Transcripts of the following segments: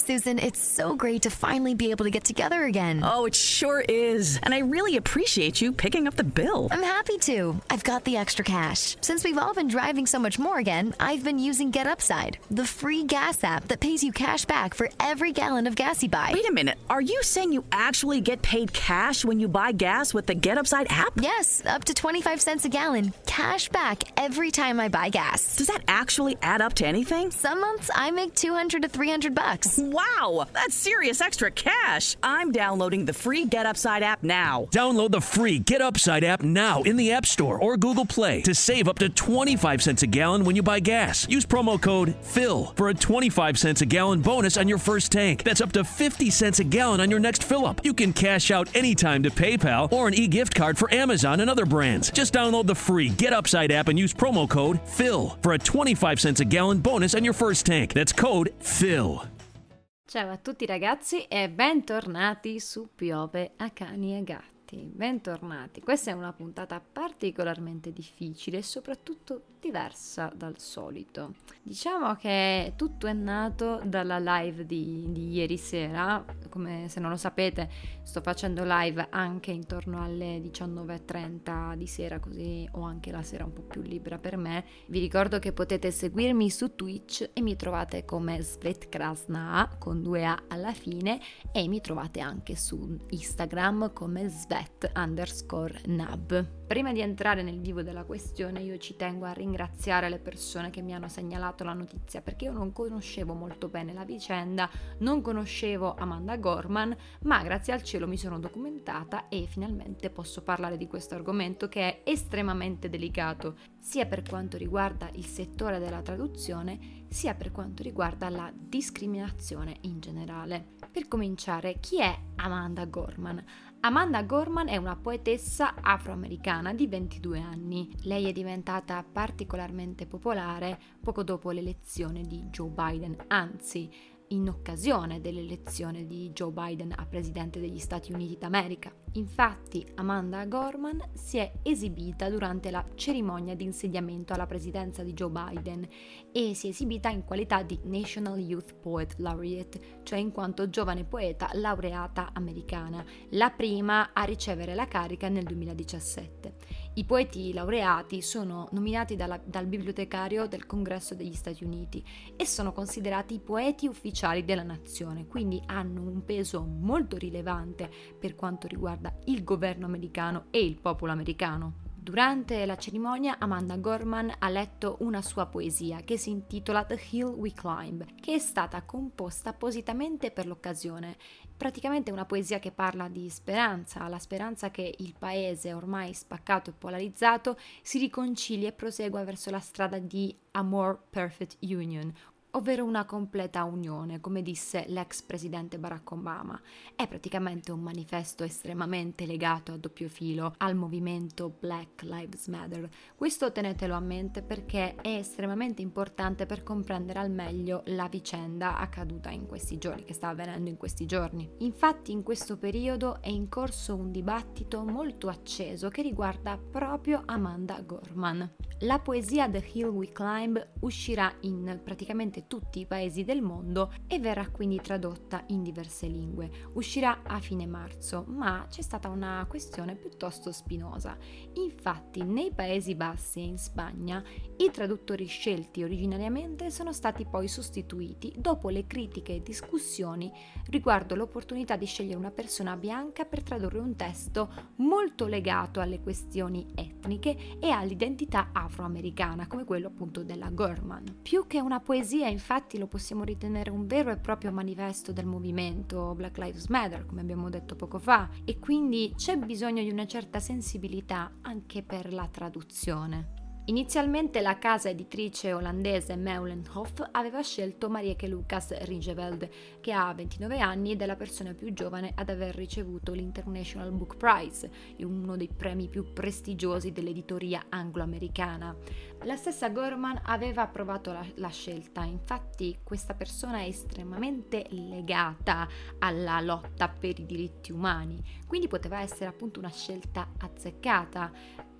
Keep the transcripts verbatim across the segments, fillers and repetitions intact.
Susan, it's so great to finally be able to get together again. Oh, it sure is. And I really appreciate you picking up the bill. I'm happy to. I've got the extra cash. Since we've all been driving so much more again, I've been using GetUpside, the free gas app that pays you cash back for every gallon of gas you buy. Wait a minute. Are you saying you actually get paid cash when you buy gas with the GetUpside app? Yes, up to twenty-five cents a gallon. Cash back every time I buy gas. Does that actually add up to anything? Some months I make two hundred to three hundred bucks. Wow, that's serious extra cash. I'm downloading the free GetUpside app now. Download the free GetUpside app now in the App Store or Google Play to save up to twenty-five cents a gallon when you buy gas. Use promo code PHIL for a twenty-five cents a gallon bonus on your first tank. That's up to fifty cents a gallon on your next fill-up. You can cash out anytime to PayPal or an e-gift card for Amazon and other brands. Just download the free GetUpside app and use promo code PHIL for a twenty-five cents a gallon bonus on your first tank. That's code PHIL. Ciao a tutti ragazzi e bentornati su Piove a Cani e Gatti. Bentornati. Questa è una puntata particolarmente difficile e soprattutto diversa dal solito. Diciamo che tutto è nato dalla live di, di ieri sera. Come se non lo sapete, sto facendo live anche intorno alle diciannove e trenta di sera, così ho anche la sera un po' più libera per me. Vi ricordo che potete seguirmi su Twitch e mi trovate come Svetkrasna con due A alla fine, e mi trovate anche su Instagram come Svet underscore nab. Prima di entrare nel vivo della questione, io ci tengo a ringraziare le persone che mi hanno segnalato la notizia, perché io non conoscevo molto bene la vicenda, non conoscevo Amanda Gorman, ma grazie al cielo mi sono documentata e finalmente posso parlare di questo argomento che è estremamente delicato, sia per quanto riguarda il settore della traduzione, sia per quanto riguarda la discriminazione in generale. Per cominciare, chi è Amanda Gorman? Amanda Gorman è una poetessa afroamericana di ventidue anni. Lei è diventata particolarmente popolare poco dopo l'elezione di Joe Biden, anzi, in occasione dell'elezione di Joe Biden a presidente degli Stati Uniti d'America. Infatti, Amanda Gorman si è esibita durante la cerimonia di insediamento alla presidenza di Joe Biden e si è esibita in qualità di National Youth Poet Laureate, cioè in quanto giovane poeta laureata americana, la prima a ricevere la carica nel duemiladiciassette. I poeti laureati sono nominati dalla, dal bibliotecario del Congresso degli Stati Uniti e sono considerati i poeti ufficiali della nazione, quindi hanno un peso molto rilevante per quanto riguarda il governo americano e il popolo americano. Durante la cerimonia Amanda Gorman ha letto una sua poesia che si intitola The Hill We Climb, che è stata composta appositamente per l'occasione. Praticamente una poesia che parla di speranza, la speranza che il paese ormai spaccato e polarizzato si riconcili e prosegua verso la strada di A More Perfect Union, ovvero una completa unione, come disse l'ex presidente Barack Obama. È praticamente un manifesto estremamente legato a doppio filo al movimento Black Lives Matter. Questo tenetelo a mente perché è estremamente importante per comprendere al meglio la vicenda accaduta in questi giorni, che sta avvenendo in questi giorni. Infatti in questo periodo è in corso un dibattito molto acceso che riguarda proprio Amanda Gorman. La poesia The Hill We Climb uscirà in praticamente tutti i paesi del mondo e verrà quindi tradotta in diverse lingue. Uscirà a fine marzo, ma c'è stata una questione piuttosto spinosa. Infatti, nei Paesi Bassi e in Spagna, i traduttori scelti originariamente sono stati poi sostituiti dopo le critiche e discussioni riguardo l'opportunità di scegliere una persona bianca per tradurre un testo molto legato alle questioni etniche e all'identità afroamericana, come quello appunto della Gorman. Più che una poesia, infatti, lo possiamo ritenere un vero e proprio manifesto del movimento Black Lives Matter, come abbiamo detto poco fa, e quindi c'è bisogno di una certa sensibilità anche per la traduzione. Inizialmente la casa editrice olandese Meulenhof aveva scelto Marieke Lucas Rijeveld, che ha ventinove anni ed è la persona più giovane ad aver ricevuto l'International Book Prize, uno dei premi più prestigiosi dell'editoria anglo-americana. La stessa Gorman aveva approvato la, la scelta, infatti questa persona è estremamente legata alla lotta per i diritti umani, quindi poteva essere appunto una scelta azzeccata.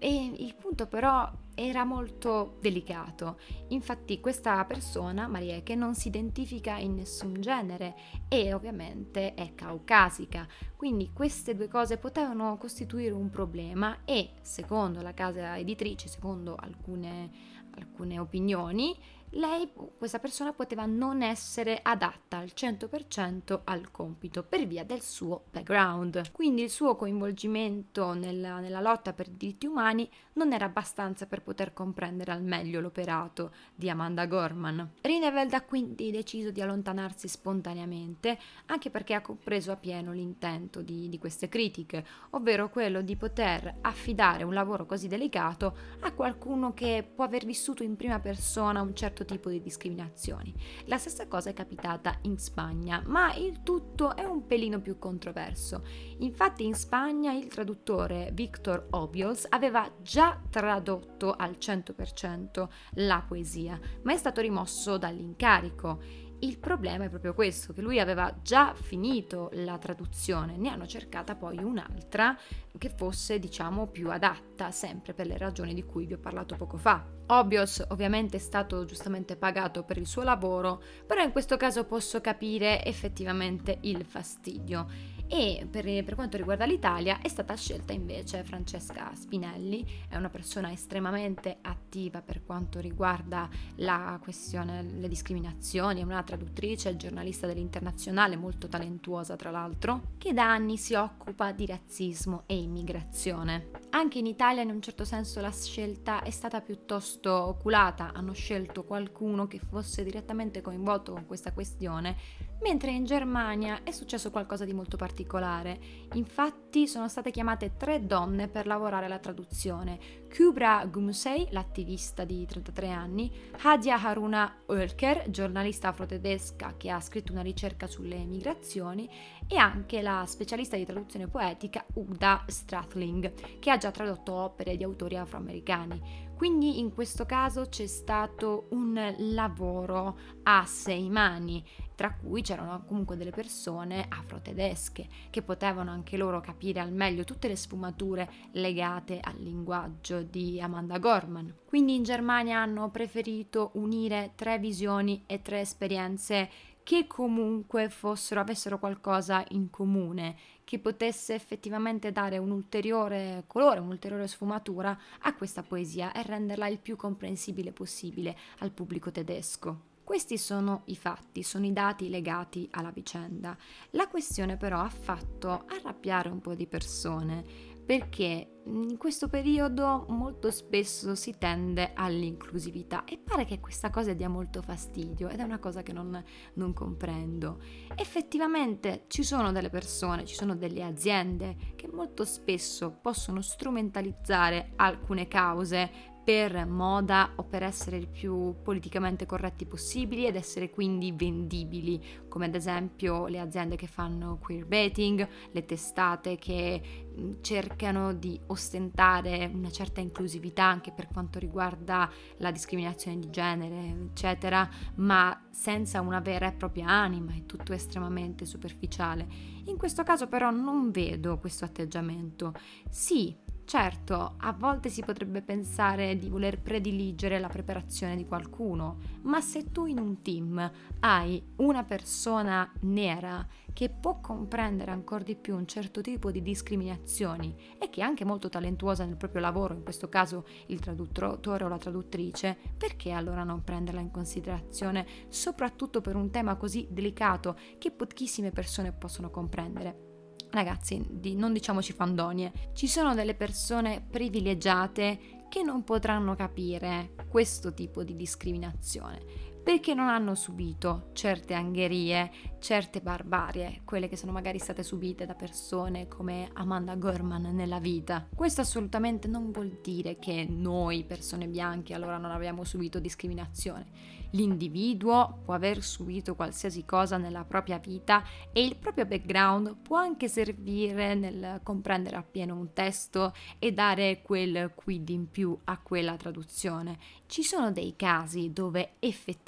E il punto però era molto delicato. Infatti questa persona, Marieke, non si identifica in nessun genere e ovviamente è caucasica, quindi queste due cose potevano costituire un problema e, secondo la casa editrice, secondo alcune, alcune opinioni, lei, questa persona, poteva non essere adatta al cento per cento al compito per via del suo background. Quindi il suo coinvolgimento nella, nella lotta per i diritti umani non era abbastanza per poter comprendere al meglio l'operato di Amanda Gorman. Rineveld ha quindi deciso di allontanarsi spontaneamente, anche perché ha compreso appieno l'intento di, di queste critiche, ovvero quello di poter affidare un lavoro così delicato a qualcuno che può aver vissuto in prima persona un certo tipo di discriminazioni. La stessa cosa è capitata in Spagna, ma il tutto è un pelino più controverso. Infatti in Spagna il traduttore Víctor Obiols aveva già tradotto al cento per cento la poesia, ma è stato rimosso dall'incarico. Il problema è proprio questo, che lui aveva già finito la traduzione, ne hanno cercata poi un'altra che fosse, diciamo, più adatta, sempre per le ragioni di cui vi ho parlato poco fa. Obiols ovviamente è stato giustamente pagato per il suo lavoro, però in questo caso posso capire effettivamente il fastidio. E per, per quanto riguarda l'Italia è stata scelta invece Francesca Spinelli, è una persona estremamente attiva per quanto riguarda la questione, le discriminazioni, è una traduttrice e giornalista dell'Internazionale molto talentuosa tra l'altro, che da anni si occupa di razzismo e immigrazione. Anche in Italia in un certo senso la scelta è stata piuttosto oculata, hanno scelto qualcuno che fosse direttamente coinvolto con questa questione, mentre in Germania è successo qualcosa di molto particolare. Infatti sono state chiamate tre donne per lavorare alla traduzione: Kübra Gümüşay, l'attivista di trentatré anni, Hadia Haruna Oelker, giornalista afro-tedesca che ha scritto una ricerca sulle migrazioni, e anche la specialista di traduzione poetica Uda Strathling, che ha già tradotto opere di autori afroamericani. Quindi in questo caso c'è stato un lavoro a sei mani, tra cui c'erano comunque delle persone afro-tedesche che potevano anche loro capire al meglio tutte le sfumature legate al linguaggio di Amanda Gorman. Quindi in Germania hanno preferito unire tre visioni e tre esperienze che comunque fossero, avessero qualcosa in comune, che potesse effettivamente dare un ulteriore colore, un'ulteriore sfumatura a questa poesia e renderla il più comprensibile possibile al pubblico tedesco. Questi sono i fatti, sono i dati legati alla vicenda. La questione però ha fatto arrabbiare un po' di persone, perché in questo periodo molto spesso si tende all'inclusività e pare che questa cosa dia molto fastidio ed è una cosa che non, non comprendo. Effettivamente ci sono delle persone, ci sono delle aziende che molto spesso possono strumentalizzare alcune cause per moda o per essere il più politicamente corretti possibili ed essere quindi vendibili, come ad esempio le aziende che fanno queerbaiting, le testate che cercano di ostentare una certa inclusività anche per quanto riguarda la discriminazione di genere, eccetera, ma senza una vera e propria anima, è tutto estremamente superficiale. In questo caso però non vedo questo atteggiamento. Sì, certo, a volte si potrebbe pensare di voler prediligere la preparazione di qualcuno, ma se tu in un team hai una persona nera che può comprendere ancora di più un certo tipo di discriminazioni e che è anche molto talentuosa nel proprio lavoro, in questo caso il traduttore o la traduttrice, perché allora non prenderla in considerazione, soprattutto per un tema così delicato che pochissime persone possono comprendere? Ragazzi, di, non diciamoci fandonie, ci sono delle persone privilegiate che non potranno capire questo tipo di discriminazione perché non hanno subito certe angherie, certe barbarie, quelle che sono magari state subite da persone come Amanda Gorman nella vita. Questo assolutamente non vuol dire che noi persone bianche allora non abbiamo subito discriminazione. L'individuo può aver subito qualsiasi cosa nella propria vita e il proprio background può anche servire nel comprendere appieno un testo e dare quel quid in più a quella traduzione. Ci sono dei casi dove effettivamente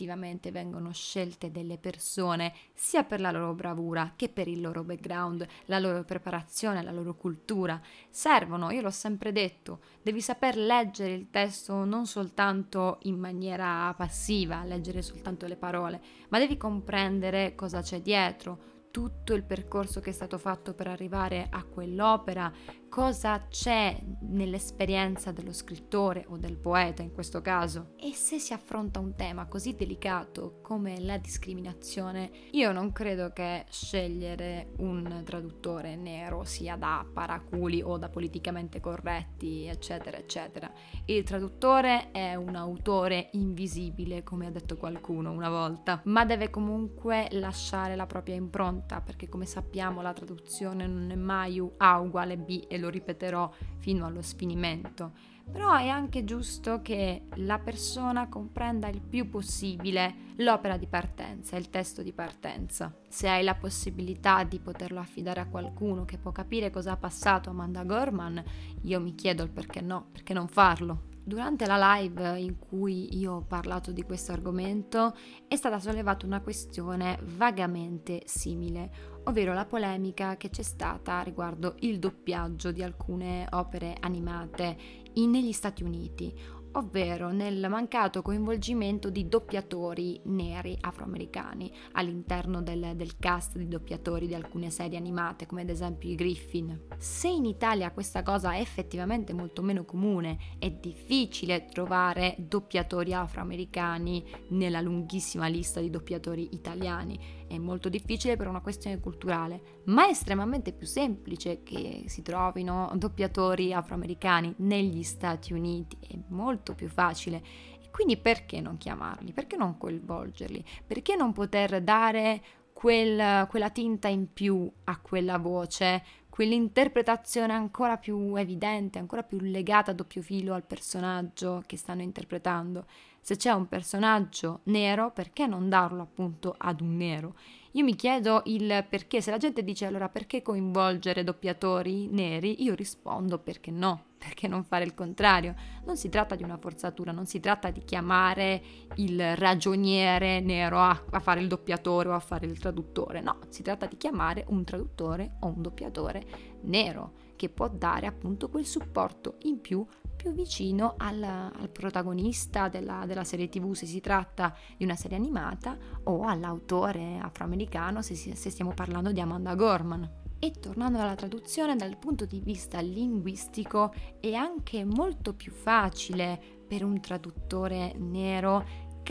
effettivamente vengono scelte delle persone sia per la loro bravura che per il loro background, la loro preparazione, la loro cultura. Servono, io l'ho sempre detto, devi saper leggere il testo non soltanto in maniera passiva, leggere soltanto le parole, ma devi comprendere cosa c'è dietro, tutto il percorso che è stato fatto per arrivare a quell'opera, cosa c'è nell'esperienza dello scrittore o del poeta in questo caso. E se si affronta un tema così delicato come la discriminazione, io non credo che scegliere un traduttore nero sia da paraculi o da politicamente corretti, eccetera, eccetera. Il traduttore è un autore invisibile, come ha detto qualcuno una volta, ma deve comunque lasciare la propria impronta, perché come sappiamo la traduzione non è mai A uguale B, e lo ripeterò fino allo sfinimento. Però è anche giusto che la persona comprenda il più possibile l'opera di partenza, il testo di partenza. Se hai la possibilità di poterlo affidare a qualcuno che può capire cosa ha passato Amanda Gorman, io mi chiedo il perché no, perché non farlo. Durante la live in cui io ho parlato di questo argomento è stata sollevata una questione vagamente simile, ovvero la polemica che c'è stata riguardo il doppiaggio di alcune opere animate in, negli Stati Uniti, ovvero nel mancato coinvolgimento di doppiatori neri afroamericani all'interno del, del cast di doppiatori di alcune serie animate, come ad esempio i Griffin. Se in Italia questa cosa è effettivamente molto meno comune, è difficile trovare doppiatori afroamericani nella lunghissima lista di doppiatori italiani. È molto difficile per una questione culturale, ma è estremamente più semplice che si trovino doppiatori afroamericani negli Stati Uniti, è molto più facile. E quindi perché non chiamarli? Perché non coinvolgerli? Perché non poter dare quel, quella tinta in più a quella voce, quell'interpretazione ancora più evidente, ancora più legata a doppio filo al personaggio che stanno interpretando? Se c'è un personaggio nero, perché non darlo appunto ad un nero? Io mi chiedo il perché. Se la gente dice allora perché coinvolgere doppiatori neri, io rispondo perché no, perché non fare il contrario. Non si tratta di una forzatura, non si tratta di chiamare il ragioniere nero a, a fare il doppiatore o a fare il traduttore, no, si tratta di chiamare un traduttore o un doppiatore nero che può dare appunto quel supporto in più più vicino al, al protagonista della, della serie tv, se si tratta di una serie animata, o all'autore afroamericano se, si, se stiamo parlando di Amanda Gorman. E tornando alla traduzione, dal punto di vista linguistico è anche molto più facile per un traduttore nero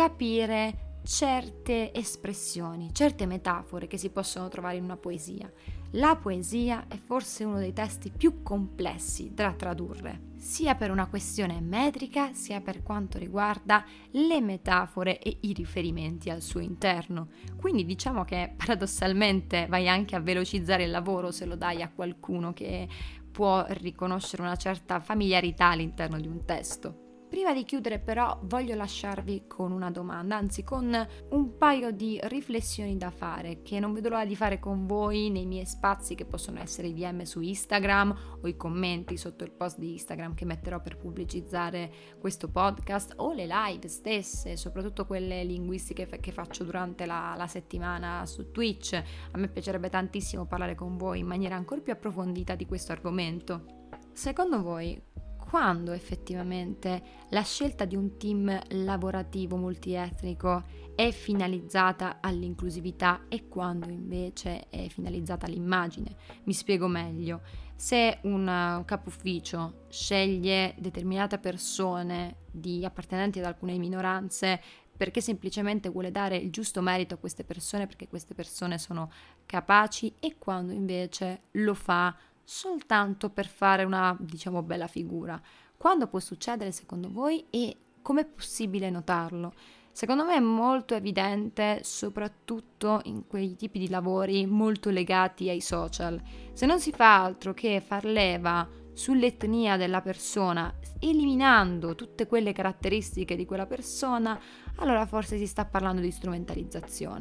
capire certe espressioni, certe metafore che si possono trovare in una poesia. La poesia è forse uno dei testi più complessi da tradurre, sia per una questione metrica, sia per quanto riguarda le metafore e i riferimenti al suo interno. Quindi diciamo che paradossalmente vai anche a velocizzare il lavoro se lo dai a qualcuno che può riconoscere una certa familiarità all'interno di un testo. Prima di chiudere però voglio lasciarvi con una domanda, anzi con un paio di riflessioni da fare che non vedo l'ora di fare con voi nei miei spazi, che possono essere i D M su Instagram o i commenti sotto il post di Instagram che metterò per pubblicizzare questo podcast, o le live stesse, soprattutto quelle linguistiche che faccio durante la, la settimana su Twitch. A me piacerebbe tantissimo parlare con voi in maniera ancora più approfondita di questo argomento. Secondo voi, quando effettivamente la scelta di un team lavorativo multietnico è finalizzata all'inclusività e quando invece è finalizzata all'immagine? Mi spiego meglio. Se un capo ufficio sceglie determinate persone di appartenenti ad alcune minoranze perché semplicemente vuole dare il giusto merito a queste persone, perché queste persone sono capaci, e quando invece lo fa soltanto per fare una, diciamo, bella figura. Quando può succedere secondo voi e com'è possibile notarlo? Secondo me è molto evidente, soprattutto in quei tipi di lavori molto legati ai social. Se non si fa altro che far leva sull'etnia della persona, eliminando tutte quelle caratteristiche di quella persona, allora forse si sta parlando di strumentalizzazione.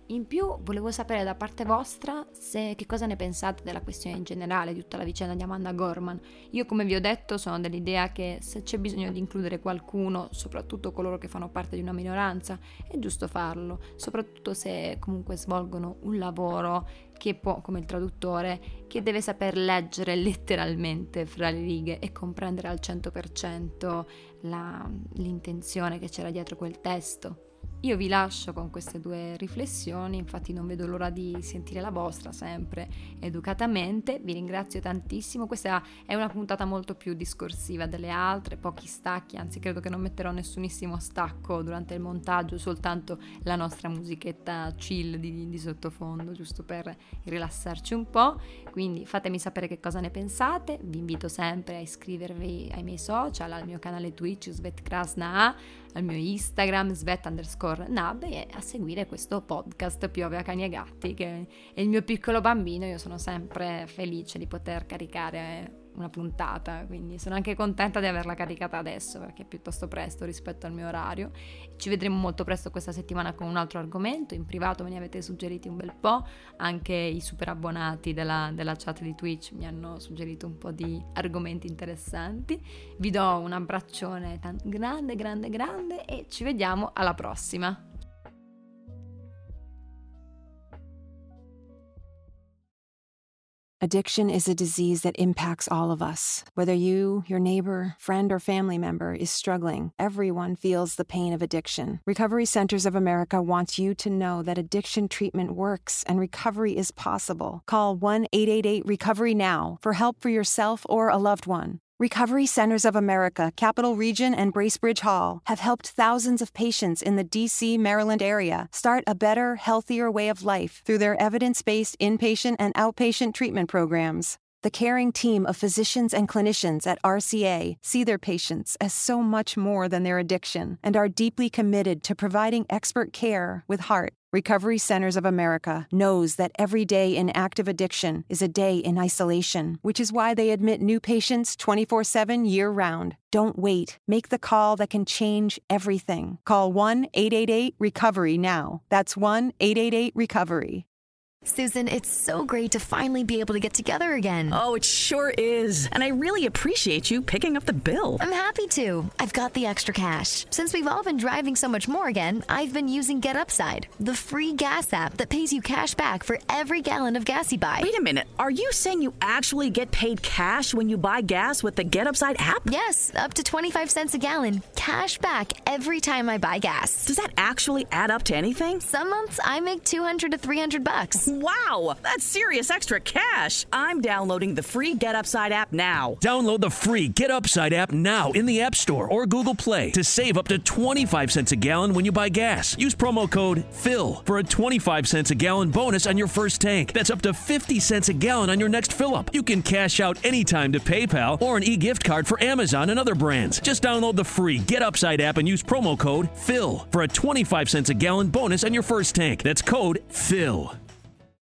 In più volevo sapere da parte vostra se che cosa ne pensate della questione in generale, di tutta la vicenda di Amanda Gorman. Io, come vi ho detto, sono dell'idea che se c'è bisogno di includere qualcuno, soprattutto coloro che fanno parte di una minoranza, è giusto farlo, soprattutto se comunque svolgono un lavoro che può, come il traduttore, che deve saper leggere letteralmente fra le righe e comprendere al cento per cento la, l'intenzione che c'era dietro quel testo. Io vi lascio con queste due riflessioni, infatti non vedo l'ora di sentire la vostra, sempre educatamente. Vi ringrazio tantissimo, questa è una puntata molto più discorsiva delle altre, pochi stacchi, anzi credo che non metterò nessunissimo stacco durante il montaggio, soltanto la nostra musichetta chill di, di sottofondo, giusto per rilassarci un po'. Quindi fatemi sapere che cosa ne pensate, vi invito sempre a iscrivervi ai miei social, al mio canale Twitch Svet Krasna, al mio Instagram Svet underscore Nab e a seguire questo podcast Piove a cani e gatti, che è il mio piccolo bambino. Io sono sempre felice di poter caricare una puntata, quindi sono anche contenta di averla caricata adesso perché è piuttosto presto rispetto al mio orario. Ci vedremo molto presto questa settimana con un altro argomento, in privato me ne avete suggeriti un bel po', anche i super abbonati della, della chat di Twitch mi hanno suggerito un po' di argomenti interessanti. Vi do un abbraccione tan- grande grande grande e ci vediamo alla prossima. Addiction is a disease that impacts all of us. Whether you, your neighbor, friend, or family member is struggling, everyone feels the pain of addiction. Recovery Centers of America wants you to know that addiction treatment works and recovery is possible. Call one eight eight eight recovery now for help for yourself or a loved one. Recovery Centers of America, Capital Region, and Bracebridge Hall have helped thousands of patients in the D C, Maryland area start a better, healthier way of life through their evidence-based inpatient and outpatient treatment programs. The caring team of physicians and clinicians at R C A see their patients as so much more than their addiction and are deeply committed to providing expert care with heart. Recovery Centers of America knows that every day in active addiction is a day in isolation, which is why they admit new patients twenty-four seven year-round. Don't wait. Make the call that can change everything. Call one eight eight eight recovery now. That's one eight eight eight recovery. Susan, it's so great to finally be able to get together again. Oh, it sure is. And I really appreciate you picking up the bill. I'm happy to. I've got the extra cash. Since we've all been driving so much more again, I've been using Get Upside, the free gas app that pays you cash back for every gallon of gas you buy. Wait a minute. Are you saying you actually get paid cash when you buy gas with the Get Upside app? Yes, up to twenty-five cents a gallon. Cash back every time I buy gas. Does that actually add up to anything? Some months I make two hundred to three hundred bucks. Wow, that's serious extra cash. I'm downloading the free Get Upside app now. Download the free Get Upside app now in the App Store or Google Play to save up to twenty-five cents a gallon when you buy gas. Use promo code PHIL for a twenty-five cents a gallon bonus on your first tank. That's up to fifty cents a gallon on your next fill-up. You can cash out anytime to PayPal or an e-gift card for Amazon and other brands. Just download the free Get Upside app and use promo code PHIL for a twenty-five cents a gallon bonus on your first tank. That's code PHIL.